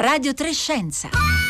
Radio 3 Scienza.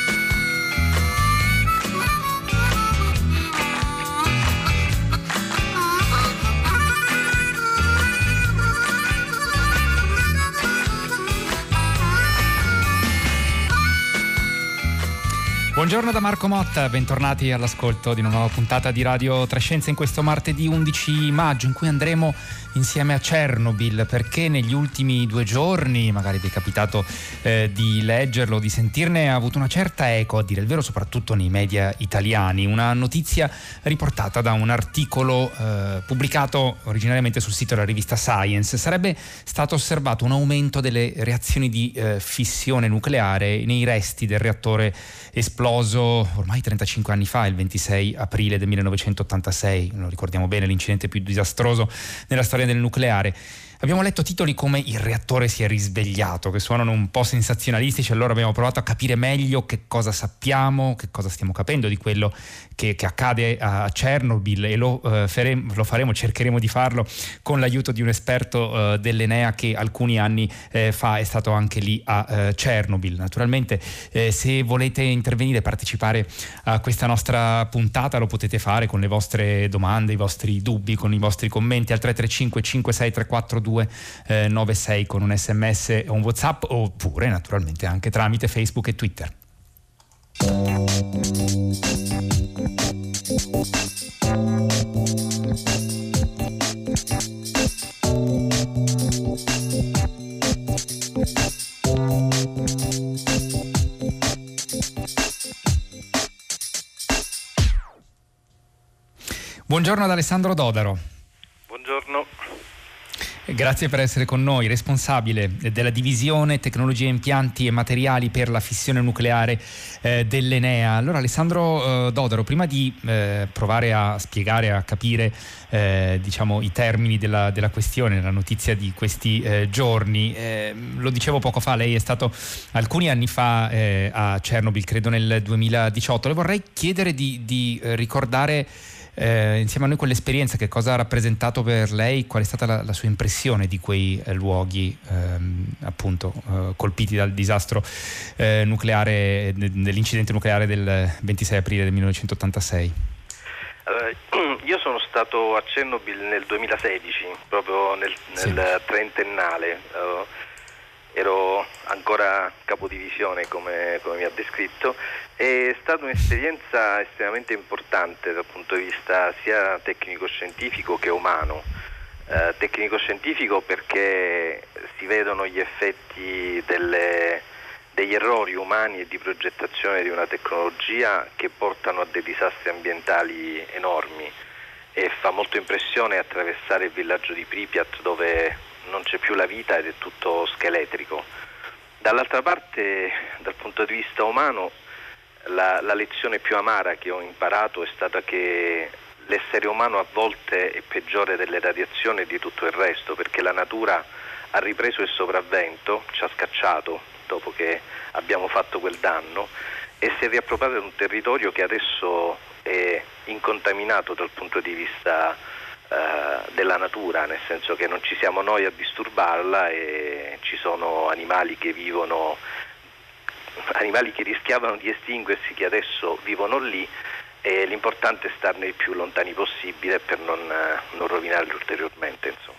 Buongiorno da Marco Motta, bentornati all'ascolto di una nuova puntata di Radio 3 Scienze in questo martedì 11 maggio in cui andremo insieme a Chernobyl, perché negli ultimi 2 giorni, magari vi è capitato di leggerlo, di sentirne, ha avuto una certa eco, a dire il vero, soprattutto nei media italiani. Una notizia riportata da un articolo pubblicato originariamente sul sito della rivista Science. Sarebbe stato osservato un aumento delle reazioni di fissione nucleare nei resti del reattore esploso ormai 35 anni fa, il 26 aprile del 1986, lo ricordiamo bene, l'incidente più disastroso nella storia del nucleare. Abbiamo letto titoli come "Il reattore si è risvegliato", che suonano un po' sensazionalistici. Allora abbiamo provato a capire meglio che cosa sappiamo, che cosa stiamo capendo di quello che accade a Chernobyl, e lo faremo, cercheremo di farlo con l'aiuto di un esperto dell'Enea che alcuni anni fa è stato anche lì a Chernobyl. Naturalmente se volete intervenire, partecipare a questa nostra puntata, lo potete fare con le vostre domande, i vostri dubbi, con i vostri commenti al 335 5634 296 con un SMS o un WhatsApp, oppure naturalmente anche tramite Facebook e Twitter. Buongiorno ad Alessandro Dodaro. Buongiorno. Grazie per essere con noi, responsabile della divisione tecnologie, impianti e materiali per la fissione nucleare dell'Enea. Allora Alessandro Dodaro, prima di provare a spiegare, a capire diciamo i termini della questione, la notizia di questi giorni, lo dicevo poco fa, lei è stato alcuni anni fa a Chernobyl, credo nel 2018. Le vorrei chiedere di ricordare insieme a noi quell'esperienza, che cosa ha rappresentato per lei, qual è stata la sua impressione di quei luoghi appunto colpiti dal disastro nucleare, dell'incidente nucleare del 26 aprile del 1986. Allora, io sono stato a Chernobyl nel 2016, proprio nel trentennale. Ero ancora capodivisione come mi ha descritto. È stata un'esperienza estremamente importante dal punto di vista sia tecnico-scientifico che umano. Tecnico-scientifico perché si vedono gli effetti degli errori umani e di progettazione di una tecnologia che portano a dei disastri ambientali enormi, e fa molto impressione attraversare il villaggio di Pripyat, dove non c'è più la vita ed è tutto scheletrico. Dall'altra parte, dal punto di vista umano, la lezione più amara che ho imparato è stata che l'essere umano a volte è peggiore delle radiazioni e di tutto il resto, perché la natura ha ripreso il sopravvento, ci ha scacciato dopo che abbiamo fatto quel danno, e si è riappropriato di un territorio che adesso è incontaminato dal punto di vista della natura, nel senso che non ci siamo noi a disturbarla, e ci sono animali che vivono, animali che rischiavano di estinguersi, che adesso vivono lì, e l'importante è starne il più lontani possibile per non rovinarli ulteriormente, insomma.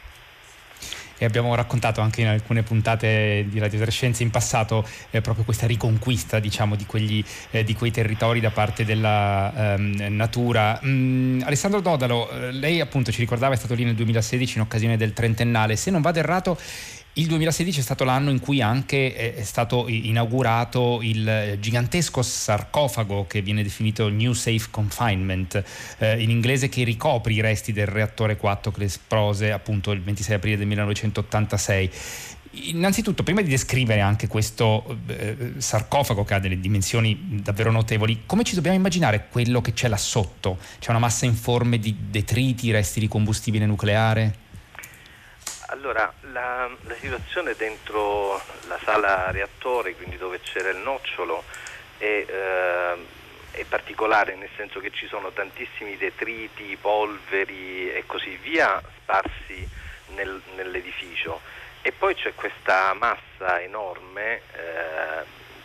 E abbiamo raccontato anche in alcune puntate di Radio 3 Scienze in passato proprio questa riconquista, diciamo, di quei territori da parte della natura. Alessandro Dodaro, lei appunto ci ricordava, è stato lì nel 2016 in occasione del trentennale. Se non vado errato, il 2016 è stato l'anno in cui anche è stato inaugurato il gigantesco sarcofago che viene definito New Safe Confinement, in inglese, che ricopre i resti del reattore 4 che esplose appunto il 26 aprile del 1986. Innanzitutto, prima di descrivere anche questo sarcofago che ha delle dimensioni davvero notevoli, come ci dobbiamo immaginare quello che c'è là sotto? C'è una massa informe di detriti, resti di combustibile nucleare? Allora, la situazione dentro la sala reattore, quindi dove c'era il nocciolo, è particolare, nel senso che ci sono tantissimi detriti, polveri e così via sparsi nell'edificio, e poi c'è questa massa enorme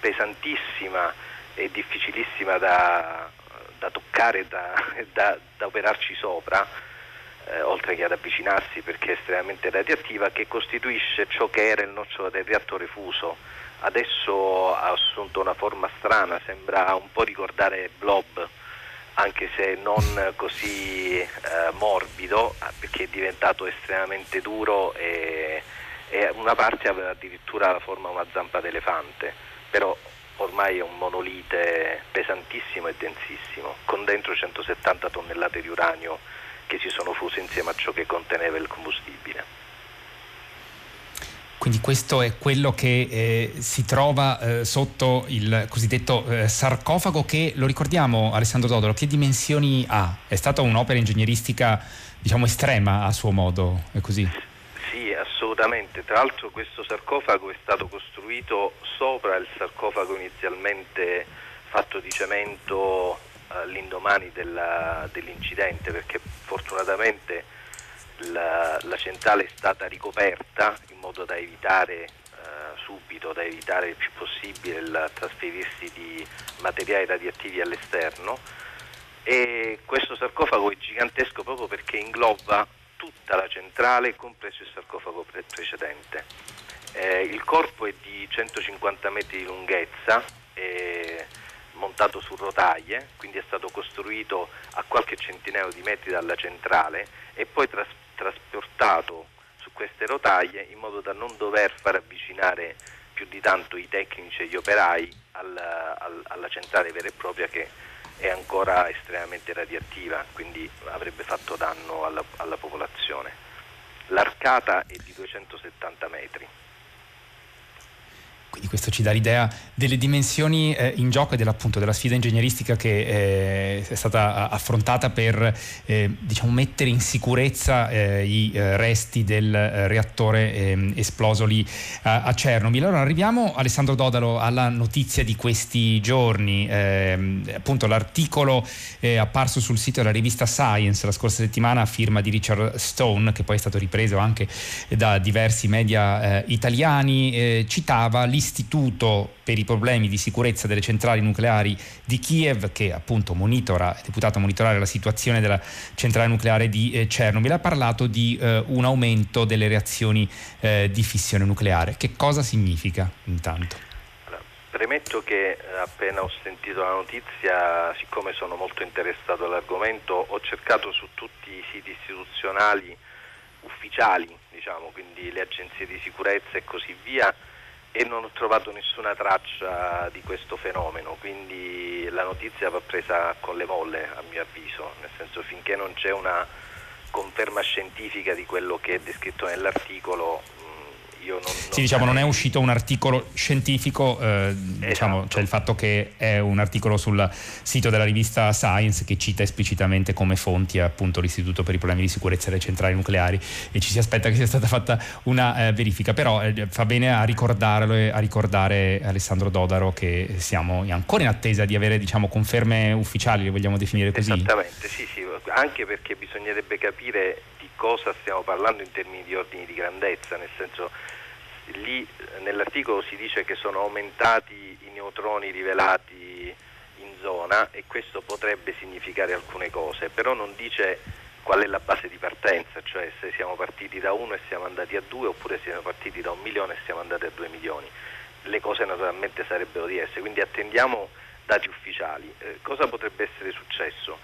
pesantissima e difficilissima da toccare, da operarci sopra, oltre che ad avvicinarsi perché è estremamente radioattiva, che costituisce ciò che era il nocciolo del reattore fuso. Adesso ha assunto una forma strana, sembra un po' ricordare Blob, anche se non così morbido, perché è diventato estremamente duro e una parte aveva addirittura la forma di una zampa d'elefante, però ormai è un monolite pesantissimo e densissimo, con dentro 170 tonnellate di uranio che si sono fuse insieme a ciò che conteneva il combustibile. Quindi questo è quello che si trova sotto il cosiddetto sarcofago, che, lo ricordiamo Alessandro Dodaro, che dimensioni ha? È stata un'opera ingegneristica, diciamo, estrema a suo modo, è così? Sì, assolutamente. Tra l'altro questo sarcofago è stato costruito sopra il sarcofago inizialmente fatto di cemento all'indomani dell'incidente, perché fortunatamente la centrale è stata ricoperta in modo da evitare subito, da evitare il più possibile il trasferirsi di materiali radioattivi all'esterno, e questo sarcofago è gigantesco proprio perché ingloba tutta la centrale, compreso il sarcofago precedente. Il corpo è di 150 metri di lunghezza, montato su rotaie, quindi è stato costruito a qualche centinaio di metri dalla centrale e poi trasportato su queste rotaie in modo da non dover far avvicinare più di tanto i tecnici e gli operai alla centrale vera e propria, che è ancora estremamente radioattiva, quindi avrebbe fatto danno alla popolazione. L'arcata è di 270 metri. Quindi questo ci dà l'idea delle dimensioni in gioco e della sfida ingegneristica che è stata affrontata per diciamo mettere in sicurezza i resti del reattore esploso lì a Chernobyl. Allora arriviamo, Alessandro Dodaro, alla notizia di questi giorni. Appunto l'articolo apparso sul sito della rivista Science la scorsa settimana a firma di Richard Stone, che poi è stato ripreso anche da diversi media italiani, citava l'Istituto per i problemi di sicurezza delle centrali nucleari di Kiev, che appunto è deputato a monitorare la situazione della centrale nucleare di Chernobyl. Ha parlato di un aumento delle reazioni di fissione nucleare. Che cosa significa intanto? Premetto che appena ho sentito la notizia, siccome sono molto interessato all'argomento, ho cercato su tutti i siti istituzionali ufficiali, diciamo, quindi le agenzie di sicurezza e così via, e non ho trovato nessuna traccia di questo fenomeno, quindi la notizia va presa con le molle, a mio avviso, nel senso, finché non c'è una conferma scientifica di quello che è descritto nell'articolo, io non è uscito un articolo scientifico, diciamo, c'è il fatto che è un articolo sul sito della rivista Science che cita esplicitamente come fonti appunto l'Istituto per i problemi di sicurezza delle centrali nucleari, e ci si aspetta che sia stata fatta una verifica, però fa bene a ricordare Alessandro Dodaro che siamo ancora in attesa di avere, diciamo, conferme ufficiali, le vogliamo definire così. Esattamente, sì, anche perché bisognerebbe capire di cosa stiamo parlando in termini di ordini di grandezza, nel senso, lì nell'articolo si dice che sono aumentati i neutroni rivelati in zona e questo potrebbe significare alcune cose, però non dice qual è la base di partenza, cioè se siamo partiti da 1 e siamo andati a 2 oppure siamo partiti da 1 milione e siamo andati a 2 milioni. Le cose naturalmente sarebbero diverse, quindi attendiamo dati ufficiali. Cosa potrebbe essere successo?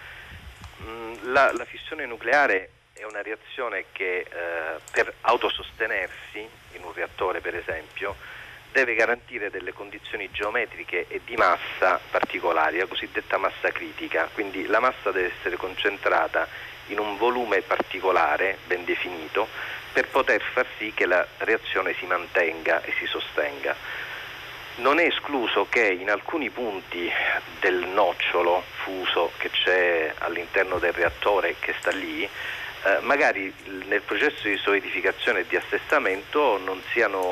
La fissione nucleare è una reazione che per autosostenersi in un reattore, per esempio, deve garantire delle condizioni geometriche e di massa particolari, la cosiddetta massa critica, quindi la massa deve essere concentrata in un volume particolare, ben definito, per poter far sì che la reazione si mantenga e si sostenga. Non è escluso che in alcuni punti del nocciolo fuso che c'è all'interno del reattore che sta lì, magari nel processo di solidificazione e di assestamento non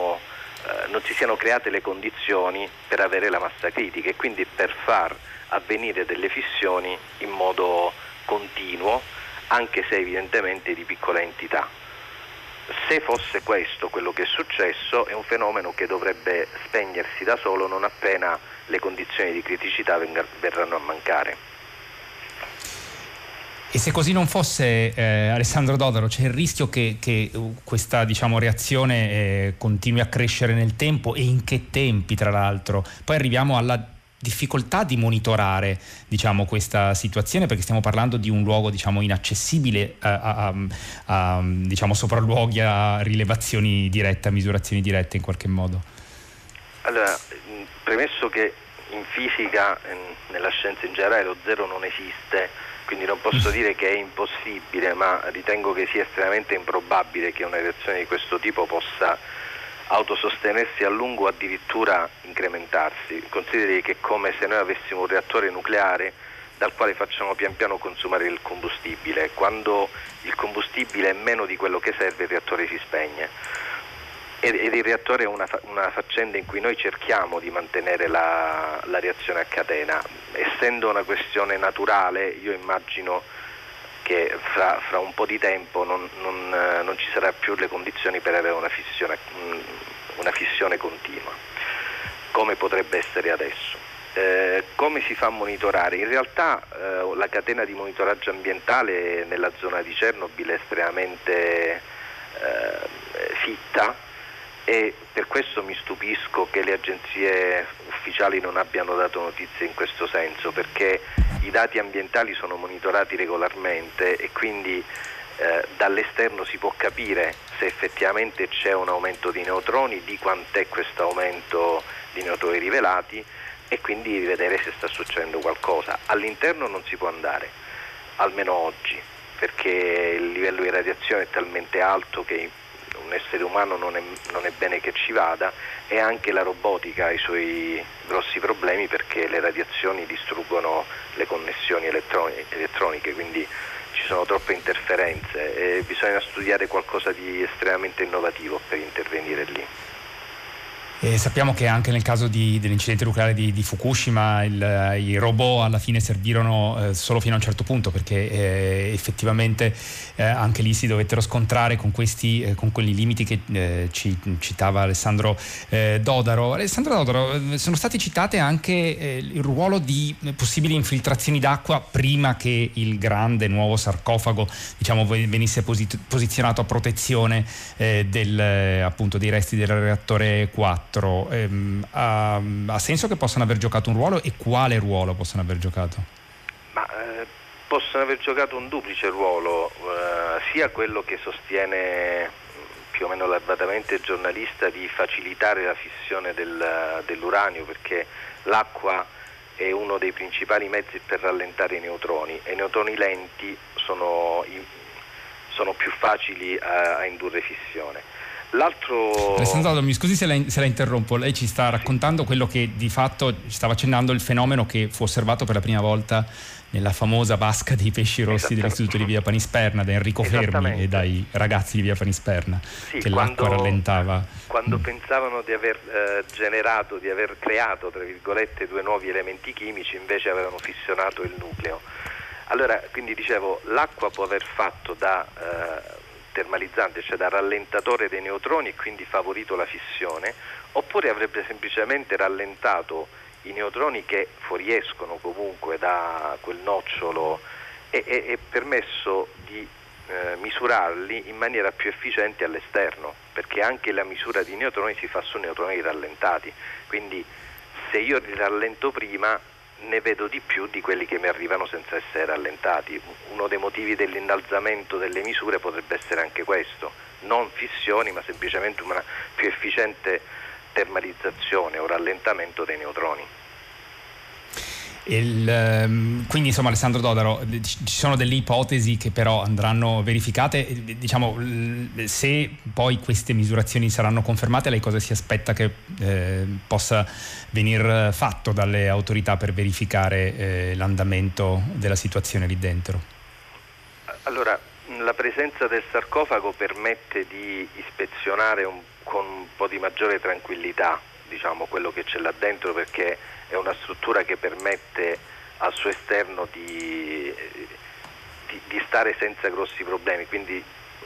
si siano create le condizioni per avere la massa critica e quindi per far avvenire delle fissioni in modo continuo, anche se evidentemente di piccola entità. Se fosse questo quello che è successo, è un fenomeno che dovrebbe spegnersi da solo non appena le condizioni di criticità verranno a mancare. E se così non fosse, Alessandro Dodaro, c'è il rischio che questa, diciamo, reazione continui a crescere nel tempo, e in che tempi, tra l'altro? Poi arriviamo alla difficoltà di monitorare, diciamo, questa situazione, perché stiamo parlando di un luogo, diciamo, inaccessibile a diciamo, sopralluoghi, a rilevazioni dirette, a misurazioni dirette in qualche modo. Allora, premesso che in fisica, nella scienza in generale, lo zero non esiste, quindi non posso dire che è impossibile, ma ritengo che sia estremamente improbabile che una reazione di questo tipo possa autosostenersi a lungo o addirittura incrementarsi. Consideri che è come se noi avessimo un reattore nucleare dal quale facciamo pian piano consumare il combustibile. Quando il combustibile è meno di quello che serve, il reattore si spegne. Ed il reattore è una faccenda in cui noi cerchiamo di mantenere la reazione a catena. Essendo una questione naturale, io immagino che fra un po' di tempo non ci sarà più le condizioni per avere una fissione continua, come potrebbe essere adesso. Come si fa a monitorare? In realtà la catena di monitoraggio ambientale nella zona di Chernobyl è estremamente fitta, e per questo mi stupisco che le agenzie ufficiali non abbiano dato notizie in questo senso, perché i dati ambientali sono monitorati regolarmente e quindi dall'esterno si può capire se effettivamente c'è un aumento di neutroni, di quant'è questo aumento di neutroni rivelati, e quindi vedere se sta succedendo qualcosa. All'interno non si può andare, almeno oggi, perché il livello di radiazione è talmente alto che un essere umano non è bene che ci vada, e anche la robotica ha i suoi grossi problemi, perché le radiazioni distruggono le connessioni elettroniche, quindi ci sono troppe interferenze e bisogna studiare qualcosa di estremamente innovativo per intervenire lì. Sappiamo che anche nel caso dell'incidente nucleare di Fukushima i robot alla fine servirono solo fino a un certo punto, perché effettivamente anche lì si dovettero scontrare con quegli limiti che ci citava Alessandro Dodaro. Alessandro Dodaro, sono state citate anche il ruolo di possibili infiltrazioni d'acqua prima che il grande nuovo sarcofago, diciamo, venisse posizionato a protezione appunto dei resti del reattore 4. Ha senso che possano aver giocato un ruolo, e quale ruolo possono aver giocato? Possono aver giocato un duplice ruolo, sia quello che sostiene più o meno larvatamente il giornalista, di facilitare la fissione dell'uranio, perché l'acqua è uno dei principali mezzi per rallentare i neutroni, e i neutroni lenti sono più facili a indurre fissione. Alessandro, mi scusi se la interrompo, lei ci sta raccontando quello che di fatto ci stava accennando, il fenomeno che fu osservato per la prima volta nella famosa vasca dei pesci rossi dell'Istituto di Via Panisperna da Enrico Fermi e dai ragazzi di Via Panisperna, che l'acqua rallentava. Quando pensavano di aver di aver creato, tra virgolette, due nuovi elementi chimici, invece avevano fissionato il nucleo. Allora, quindi dicevo, l'acqua può aver fatto da termalizzante, cioè da rallentatore dei neutroni, e quindi favorito la fissione, oppure avrebbe semplicemente rallentato i neutroni che fuoriescono comunque da quel nocciolo e permesso di misurarli in maniera più efficiente all'esterno, perché anche la misura di neutroni si fa su neutroni rallentati, quindi se io li rallento prima ne vedo di più di quelli che mi arrivano senza essere rallentati. Uno dei motivi dell'innalzamento delle misure potrebbe essere anche questo, non fissioni, ma semplicemente una più efficiente termalizzazione o rallentamento dei neutroni. Quindi insomma, Alessandro Dodaro, ci sono delle ipotesi che però andranno verificate, diciamo, se poi queste misurazioni saranno confermate, lei cosa si aspetta che possa venir fatto dalle autorità per verificare l'andamento della situazione lì dentro? Allora, la presenza del sarcofago permette di ispezionare con un po' di maggiore tranquillità, diciamo, quello che c'è là dentro, perché è una struttura che permette al suo esterno di stare senza grossi problemi, quindi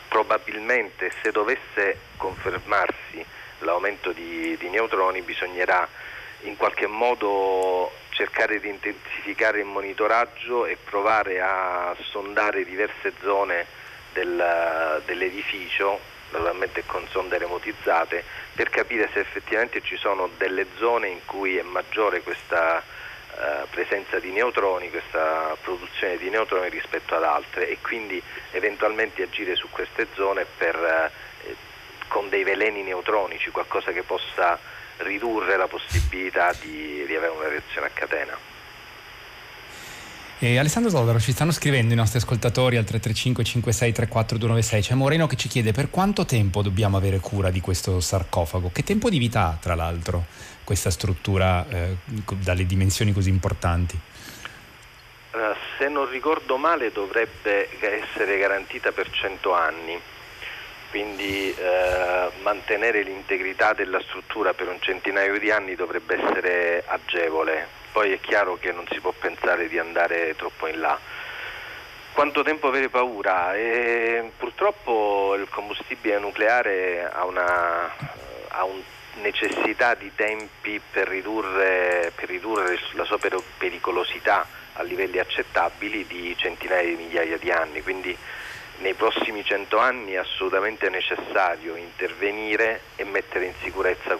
probabilmente, se dovesse confermarsi l'aumento di neutroni, bisognerà in qualche modo cercare di intensificare il monitoraggio e provare a sondare diverse zone dell'edificio, naturalmente con sonde remotizzate, per capire se effettivamente ci sono delle zone in cui è maggiore questa presenza di neutroni, questa produzione di neutroni rispetto ad altre, e quindi eventualmente agire su queste zone con dei veleni neutronici, qualcosa che possa ridurre la possibilità di avere una reazione a catena. Alessandro Dodaro, ci stanno scrivendo i nostri ascoltatori al 335 56 34 296. C'è Moreno che ci chiede: per quanto tempo dobbiamo avere cura di questo sarcofago? Che tempo di vita ha, tra l'altro, questa struttura dalle dimensioni così importanti? Se non ricordo male dovrebbe essere garantita per 100 anni, quindi mantenere l'integrità della struttura per un centinaio di anni dovrebbe essere agevole. Poi è chiaro che non si può pensare di andare troppo in là. Quanto tempo avere paura? Purtroppo il combustibile nucleare ha una necessità di tempi per ridurre la sua pericolosità a livelli accettabili di centinaia di migliaia di anni, quindi nei prossimi 100 anni è assolutamente necessario intervenire e mettere in sicurezza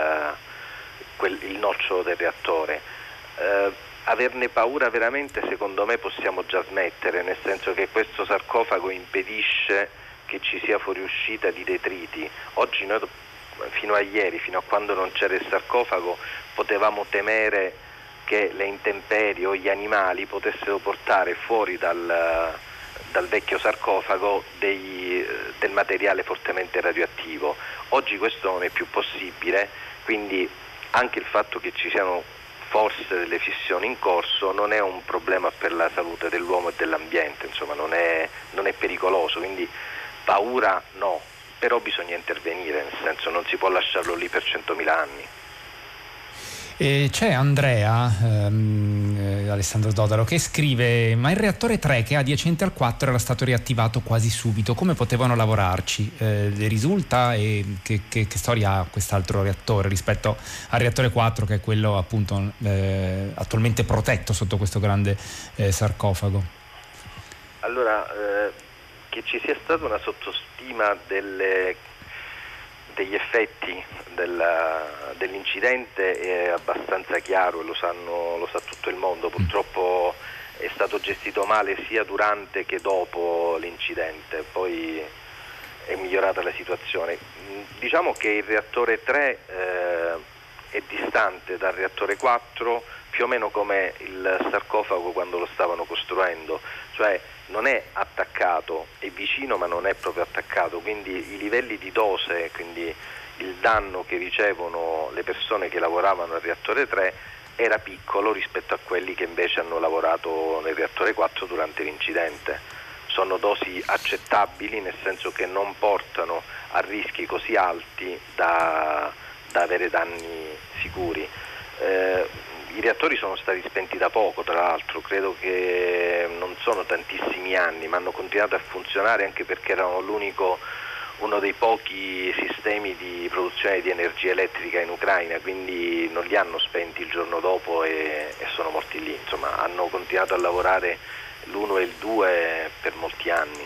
il nocciolo del reattore. Averne paura veramente, secondo me possiamo già smettere, nel senso che questo sarcofago impedisce che ci sia fuoriuscita di detriti. Oggi noi, fino a ieri, fino a quando non c'era il sarcofago, potevamo temere che le intemperie o gli animali potessero portare fuori dal vecchio sarcofago del materiale fortemente radioattivo. Oggi questo non è più possibile, quindi anche il fatto che ci siano forse delle fissioni in corso non è un problema per la salute dell'uomo e dell'ambiente, insomma non è pericoloso, quindi paura no, però bisogna intervenire, nel senso non si può lasciarlo lì per 100.000 anni. C'è Andrea, Alessandro Dodaro, che scrive: ma il reattore 3 che è adiacente al 4 era stato riattivato quasi subito, come potevano lavorarci? Le risulta, e che storia ha quest'altro reattore rispetto al reattore 4, che è quello appunto attualmente protetto sotto questo grande sarcofago? Allora, che ci sia stata una sottostima degli effetti dell'incidente è abbastanza chiaro e lo sa tutto il mondo. Purtroppo è stato gestito male sia durante che dopo l'incidente, poi è migliorata la situazione. Diciamo che il reattore 3 è distante dal reattore 4 più o meno come il sarcofago quando lo stavano costruendo, cioè non è attaccato, è vicino ma non è proprio attaccato, quindi i livelli di dose, quindi il danno che ricevono le persone che lavoravano al reattore 3 era piccolo rispetto a quelli che invece hanno lavorato nel reattore 4 durante l'incidente. Sono dosi accettabili, nel senso che non portano a rischi così alti da avere danni sicuri. I reattori sono stati spenti da poco, tra l'altro, credo che non sono tantissimi anni, ma hanno continuato a funzionare anche perché erano uno dei pochi sistemi di produzione di energia elettrica in Ucraina, quindi non li hanno spenti il giorno dopo e sono morti lì. Insomma, hanno continuato a lavorare l'1 e il 2 per molti anni,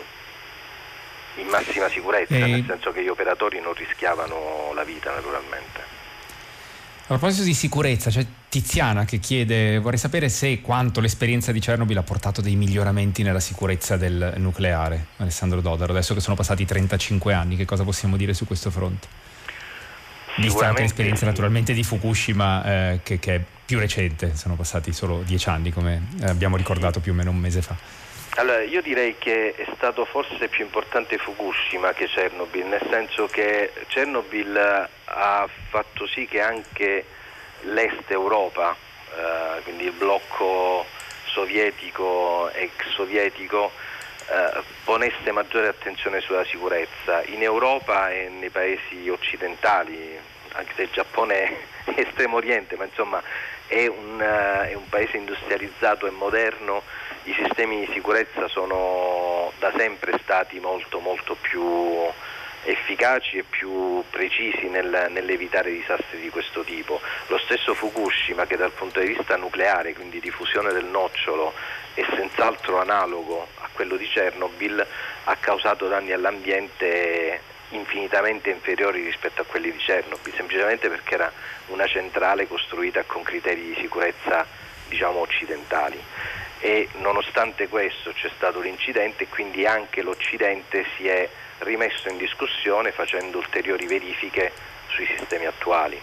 in massima sicurezza, nel senso che gli operatori non rischiavano la vita, naturalmente. A proposito di sicurezza, c'è Tiziana che chiede: vorrei sapere se e quanto l'esperienza di Chernobyl ha portato dei miglioramenti nella sicurezza del nucleare. Alessandro Dodaro, adesso che sono passati 35 anni, che cosa possiamo dire su questo fronte? Vista anche l'esperienza naturalmente di Fukushima, che è più recente, sono passati solo 10 anni, come abbiamo ricordato più o meno un mese fa. Allora, io direi che è stato forse più importante Fukushima che Chernobyl, nel senso che Chernobyl ha fatto sì che anche l'Est Europa, quindi il blocco sovietico, ex sovietico, ponesse maggiore attenzione sulla sicurezza. In Europa e nei paesi occidentali, anche se il Giappone è estremo oriente, ma insomma è un paese industrializzato e moderno I sistemi di sicurezza sono da sempre stati molto molto più efficaci e più precisi nell'evitare disastri di questo tipo. Lo stesso Fukushima, che dal punto di vista nucleare, quindi di fusione del nocciolo, è senz'altro analogo a quello di Chernobyl, ha causato danni all'ambiente infinitamente inferiori rispetto a quelli di Chernobyl, semplicemente perché era una centrale costruita con criteri di sicurezza, diciamo, occidentali. E nonostante questo c'è stato l'incidente e quindi anche l'Occidente si è rimesso in discussione facendo ulteriori verifiche sui sistemi attuali.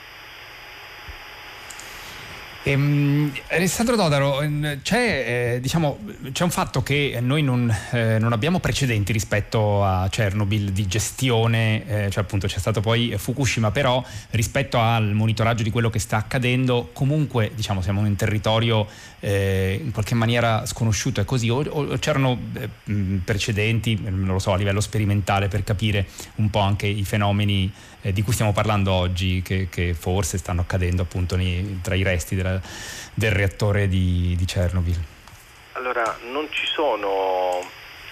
Alessandro Dodaro, c'è un fatto che noi non abbiamo precedenti rispetto a Chernobyl di gestione, cioè appunto c'è stato poi Fukushima, però rispetto al monitoraggio di quello che sta accadendo comunque siamo in un territorio in qualche maniera sconosciuto, è così, o c'erano precedenti, non lo so, a livello sperimentale, per capire un po' anche i fenomeni di cui stiamo parlando oggi, che forse stanno accadendo appunto tra i resti del reattore di Chernobyl? Allora, non ci sono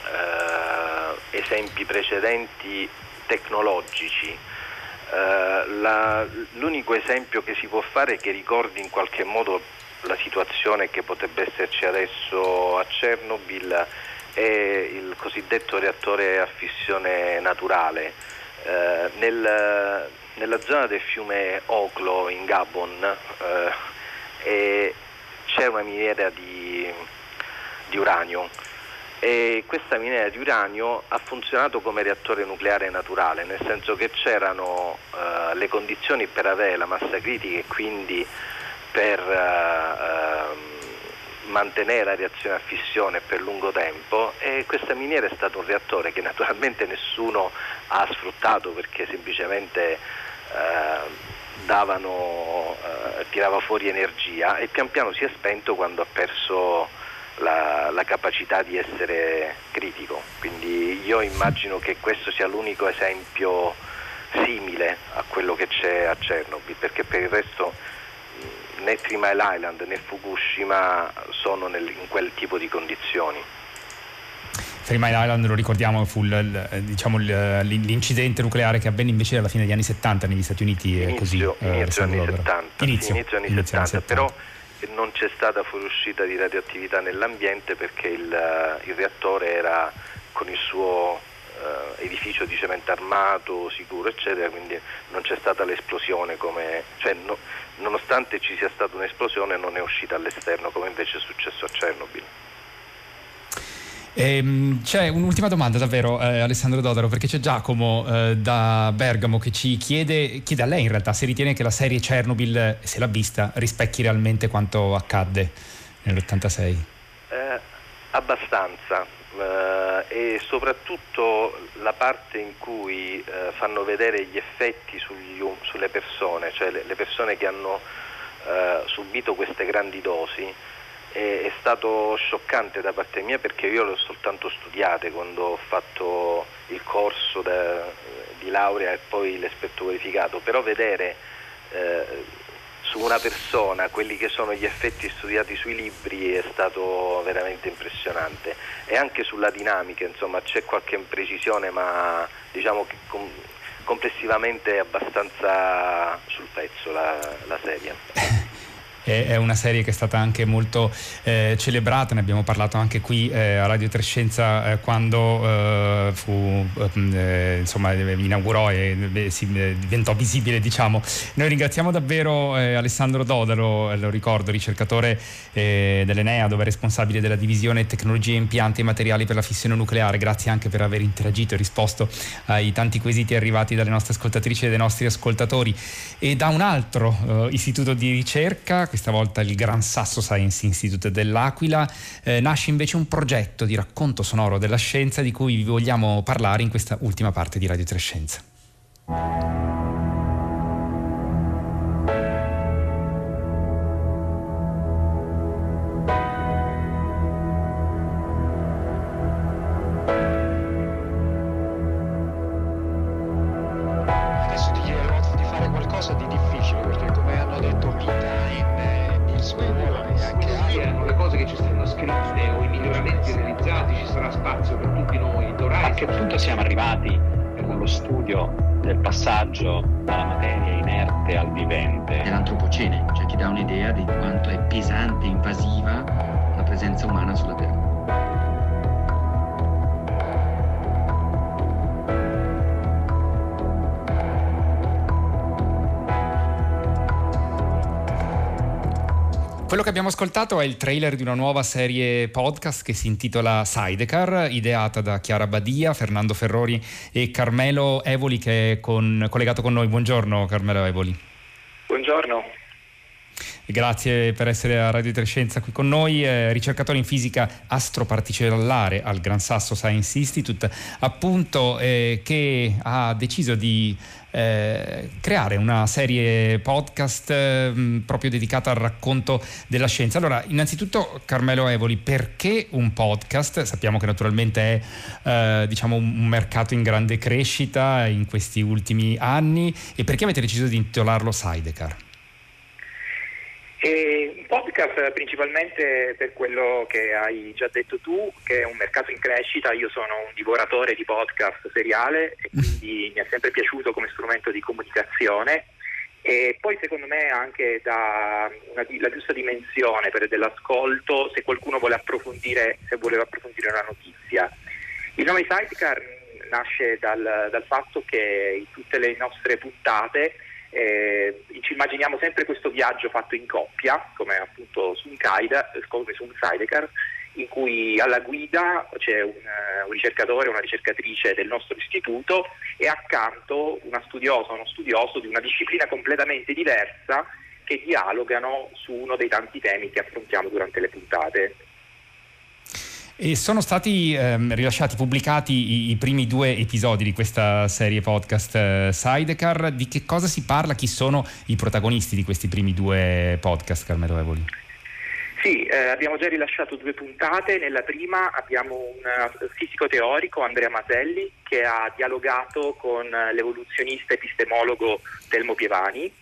esempi precedenti tecnologici. L'unico esempio che si può fare che ricordi in qualche modo la situazione che potrebbe esserci adesso a Chernobyl è il cosiddetto reattore a fissione naturale. Nella zona del fiume Oklo in Gabon c'è una miniera di uranio, e questa miniera di uranio ha funzionato come reattore nucleare naturale, nel senso che c'erano le condizioni per avere la massa critica e quindi per mantenere la reazione a fissione per lungo tempo, e questa miniera è stato un reattore che naturalmente nessuno ha sfruttato perché semplicemente tirava fuori energia, e pian piano si è spento quando ha perso la capacità di essere critico. Quindi io immagino che questo sia l'unico esempio simile a quello che c'è a Chernobyl, perché per il resto né Three Mile Island né Fukushima sono in quel tipo di condizioni. Three Mile Island, lo ricordiamo, fu l'incidente nucleare che avvenne invece alla fine degli anni 70 negli Stati Uniti. Inizio anni 70, però non c'è stata fuoriuscita di radioattività nell'ambiente perché il reattore era con il suo edificio di cemento armato, sicuro, eccetera, quindi non c'è stata l'esplosione nonostante ci sia stata un'esplosione non è uscita all'esterno come invece è successo a Chernobyl. C'è un'ultima domanda davvero, Alessandro Dodaro, perché c'è Giacomo da Bergamo che ci chiede a lei in realtà se ritiene che la serie Chernobyl, se l'ha vista, rispecchi realmente quanto accadde nell'86. Abbastanza, e soprattutto la parte in cui fanno vedere gli effetti sulle persone, cioè le persone che hanno subito queste grandi dosi. È stato scioccante da parte mia perché io le ho soltanto studiate quando ho fatto il corso di laurea e poi l'esperto verificato, però vedere su una persona quelli che sono gli effetti studiati sui libri è stato veramente impressionante, e anche sulla dinamica, insomma, c'è qualche imprecisione, ma diciamo che complessivamente è abbastanza sul pezzo la serie. È una serie che è stata anche molto celebrata, ne abbiamo parlato anche qui a Radio Trescenza quando inaugurò e si diventò visibile, diciamo. Noi ringraziamo davvero Alessandro Dodaro, lo ricordo, ricercatore dell'Enea, dove è responsabile della divisione tecnologie, impianti e materiali per la fissione nucleare. Grazie anche per aver interagito e risposto ai tanti quesiti arrivati dalle nostre ascoltatrici e dai nostri ascoltatori. E da un altro istituto di ricerca, questa volta il Gran Sasso Science Institute dell'Aquila, nasce invece un progetto di racconto sonoro della scienza di cui vi vogliamo parlare in questa ultima parte di Radio Trescenza. Adesso ti chiederò di fare qualcosa di difficile, perché come hanno detto Pita e anche altri, le cose che ci stanno scritte o i miglioramenti sarà spazio per tutti noi. A che punto siamo arrivati nello studio del passaggio dalla materia inerte al vivente? È l'antropocene, cioè ti dà un'idea di quanto è pesante e invasiva la presenza umana sulla Terra. Quello che abbiamo ascoltato è il trailer di una nuova serie podcast che si intitola Sidecar, ideata da Chiara Badia, Fernando Ferroni e Carmelo Evoli, che è collegato con noi. Buongiorno Carmelo Evoli. Buongiorno. Grazie per essere a Radio Trescenza qui con noi, ricercatore in fisica astroparticellare al Gran Sasso Science Institute, appunto, che ha deciso di creare una serie podcast proprio dedicata al racconto della scienza. Allora, innanzitutto Carmelo Evoli, perché un podcast? Sappiamo che naturalmente è un mercato in grande crescita in questi ultimi anni, e perché avete deciso di intitolarlo Sidecar? Un podcast principalmente per quello che hai già detto tu, che è un mercato in crescita. Io sono un divoratore di podcast seriale e quindi mi è sempre piaciuto come strumento di comunicazione, e poi secondo me anche la giusta dimensione dell'ascolto, se qualcuno voleva approfondire una notizia. Il nome Sidecar nasce dal fatto che in tutte le nostre puntate ci immaginiamo sempre questo viaggio fatto in coppia, come appunto su un sidecar, in cui alla guida c'è un ricercatore o una ricercatrice del nostro istituto e accanto uno studioso di una disciplina completamente diversa, che dialogano su uno dei tanti temi che affrontiamo durante le puntate. E sono stati pubblicati i primi 2 episodi di questa serie podcast Sidecar. Di che cosa si parla? Chi sono i protagonisti di questi primi 2 podcast, Carmelo Evoli? Sì, abbiamo già rilasciato 2 puntate. Nella prima abbiamo un fisico teorico, Andrea Maselli, che ha dialogato con l'evoluzionista epistemologo Telmo Pievani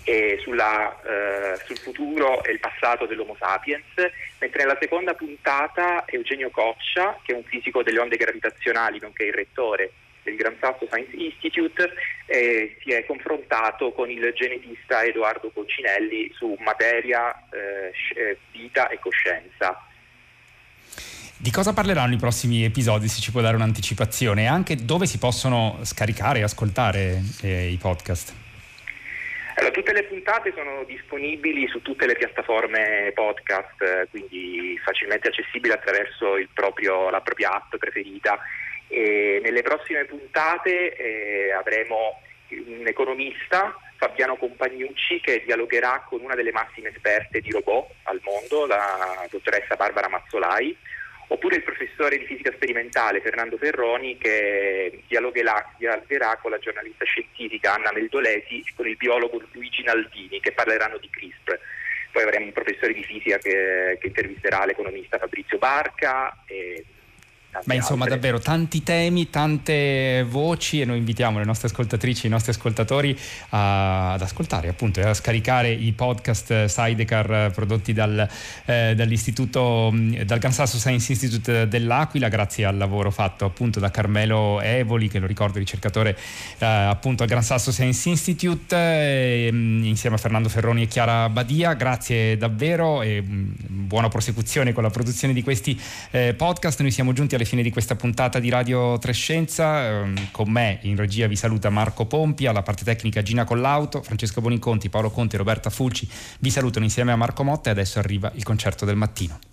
sul futuro e il passato dell'Homo sapiens, mentre nella seconda puntata Eugenio Coccia, che è un fisico delle onde gravitazionali nonché il rettore del Gran Sasso Science Institute, si è confrontato con il genetista Edoardo Coccinelli su materia, vita e coscienza. Di cosa parleranno i prossimi episodi, se ci può dare un'anticipazione, e anche dove si possono scaricare e ascoltare i podcast? Allora, tutte le puntate sono disponibili su tutte le piattaforme podcast, quindi facilmente accessibili attraverso la propria app preferita. E nelle prossime puntate avremo un economista, Fabiano Compagnucci, che dialogherà con una delle massime esperte di robot al mondo, la dottoressa Barbara Mazzolai, oppure il professore di fisica sperimentale Fernando Ferroni, che dialogherà con la giornalista scientifica Anna Meldolesi e con il biologo Luigi Naldini, che parleranno di CRISPR. Poi avremo un professore di fisica che intervisterà l'economista Fabrizio Barca e insomma davvero tanti temi, tante voci, e noi invitiamo le nostre ascoltatrici e i nostri ascoltatori ad ascoltare appunto e a scaricare i podcast Sidecar prodotti dall'istituto, dal Gran Sasso Science Institute dell'Aquila, grazie al lavoro fatto appunto da Carmelo Evoli, che lo ricordo ricercatore appunto al Gran Sasso Science Institute, insieme a Fernando Ferroni e Chiara Badia. Grazie davvero e buona prosecuzione con la produzione di questi podcast. Noi siamo giunti alla fine di questa puntata di Radio Trescenza. Con me in regia vi saluta Marco Pompi, alla parte tecnica Gina Collauto, Francesco Boniconti, Paolo Conti e Roberta Fulci vi salutano insieme a Marco Motta, e adesso arriva il concerto del mattino.